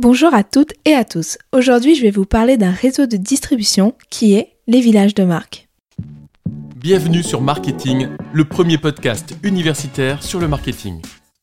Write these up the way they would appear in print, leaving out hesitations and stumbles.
Bonjour à toutes et à tous. Aujourd'hui, je vais vous parler d'un réseau de distribution qui est les villages de marque. Bienvenue sur Marketing, le premier podcast universitaire sur le marketing.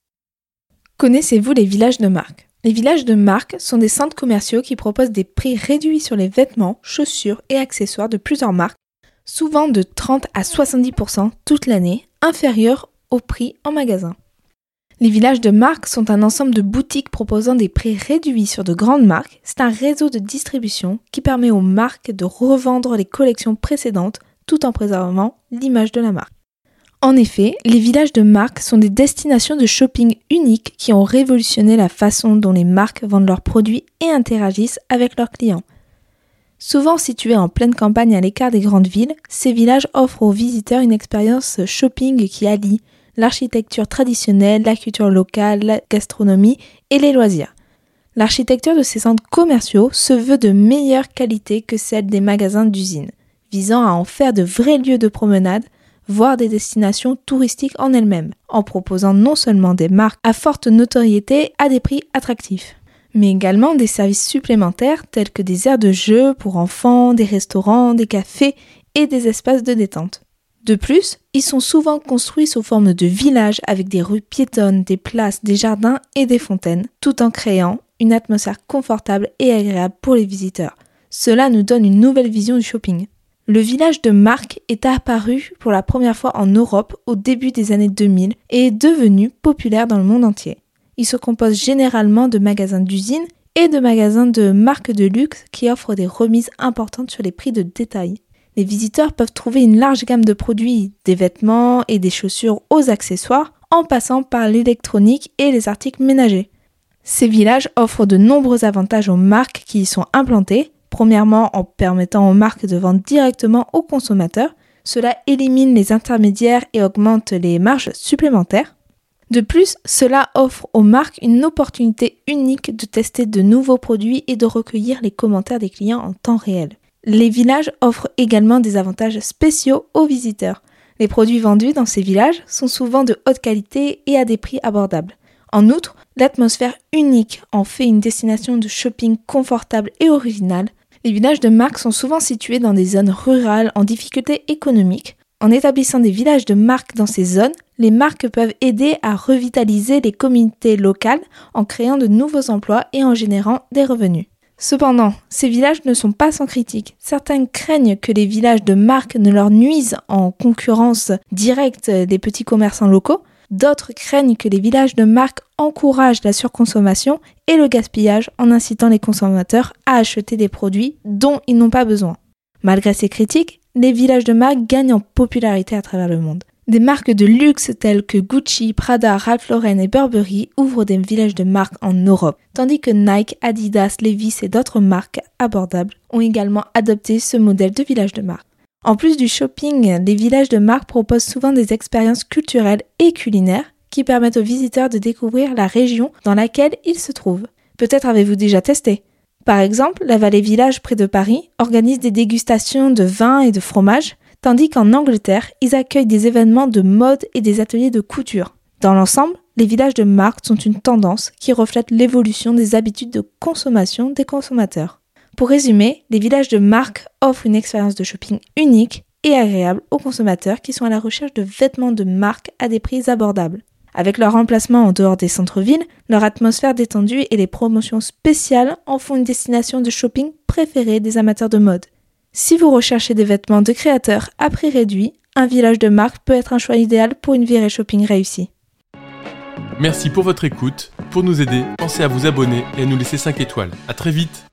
Connaissez-vous les villages de marque ? Les villages de marque sont des centres commerciaux qui proposent des prix réduits sur les vêtements, chaussures et accessoires de plusieurs marques, souvent de 30 à 70% toute l'année, inférieurs au prix en magasin. Les villages de marque sont un ensemble de boutiques proposant des prix réduits sur de grandes marques. C'est un réseau de distribution qui permet aux marques de revendre les collections précédentes tout en préservant l'image de la marque. En effet, les villages de marque sont des destinations de shopping uniques qui ont révolutionné la façon dont les marques vendent leurs produits et interagissent avec leurs clients. Souvent situés en pleine campagne à l'écart des grandes villes, ces villages offrent aux visiteurs une expérience shopping qui allie l'architecture traditionnelle, la culture locale, la gastronomie et les loisirs. L'architecture de ces centres commerciaux se veut de meilleure qualité que celle des magasins d'usine, visant à en faire de vrais lieux de promenade, voire des destinations touristiques en elles-mêmes, en proposant non seulement des marques à forte notoriété à des prix attractifs, mais également des services supplémentaires tels que des aires de jeu pour enfants, des restaurants, des cafés et des espaces de détente. De plus, ils sont souvent construits sous forme de villages avec des rues piétonnes, des places, des jardins et des fontaines, tout en créant une atmosphère confortable et agréable pour les visiteurs. Cela nous donne une nouvelle vision du shopping. Le village de marque est apparu pour la première fois en Europe au début des années 2000 et est devenu populaire dans le monde entier. Il se compose généralement de magasins d'usine et de magasins de marques de luxe qui offrent des remises importantes sur les prix de détail. Les visiteurs peuvent trouver une large gamme de produits, des vêtements et des chaussures aux accessoires, en passant par l'électronique et les articles ménagers. Ces villages offrent de nombreux avantages aux marques qui y sont implantées. Premièrement, en permettant aux marques de vendre directement aux consommateurs. Cela élimine les intermédiaires et augmente les marges supplémentaires. De plus, cela offre aux marques une opportunité unique de tester de nouveaux produits et de recueillir les commentaires des clients en temps réel. Les villages offrent également des avantages spéciaux aux visiteurs. Les produits vendus dans ces villages sont souvent de haute qualité et à des prix abordables. En outre, l'atmosphère unique en fait une destination de shopping confortable et originale. Les villages de marque sont souvent situés dans des zones rurales en difficulté économique. En établissant des villages de marque dans ces zones, les marques peuvent aider à revitaliser les communautés locales en créant de nouveaux emplois et en générant des revenus. Cependant, ces villages ne sont pas sans critique. Certains craignent que les villages de marque ne leur nuisent en concurrence directe des petits commerçants locaux. D'autres craignent que les villages de marque encouragent la surconsommation et le gaspillage en incitant les consommateurs à acheter des produits dont ils n'ont pas besoin. Malgré ces critiques, les villages de marque gagnent en popularité à travers le monde. Des marques de luxe telles que Gucci, Prada, Ralph Lauren et Burberry ouvrent des villages de marque en Europe, tandis que Nike, Adidas, Levi's et d'autres marques abordables ont également adopté ce modèle de village de marque. En plus du shopping, les villages de marque proposent souvent des expériences culturelles et culinaires qui permettent aux visiteurs de découvrir la région dans laquelle ils se trouvent. Peut-être avez-vous déjà testé. Par exemple, la Vallée Village près de Paris organise des dégustations de vins et de fromages, tandis qu'en Angleterre, ils accueillent des événements de mode et des ateliers de couture. Dans l'ensemble, les villages de marque sont une tendance qui reflète l'évolution des habitudes de consommation des consommateurs. Pour résumer, les villages de marque offrent une expérience de shopping unique et agréable aux consommateurs qui sont à la recherche de vêtements de marque à des prix abordables. Avec leur emplacement en dehors des centres-villes, leur atmosphère détendue et les promotions spéciales en font une destination de shopping préférée des amateurs de mode. Si vous recherchez des vêtements de créateurs à prix réduit, un village de marque peut être un choix idéal pour une virée shopping réussie. Merci pour votre écoute. Pour nous aider, pensez à vous abonner et à nous laisser 5 étoiles. À très vite.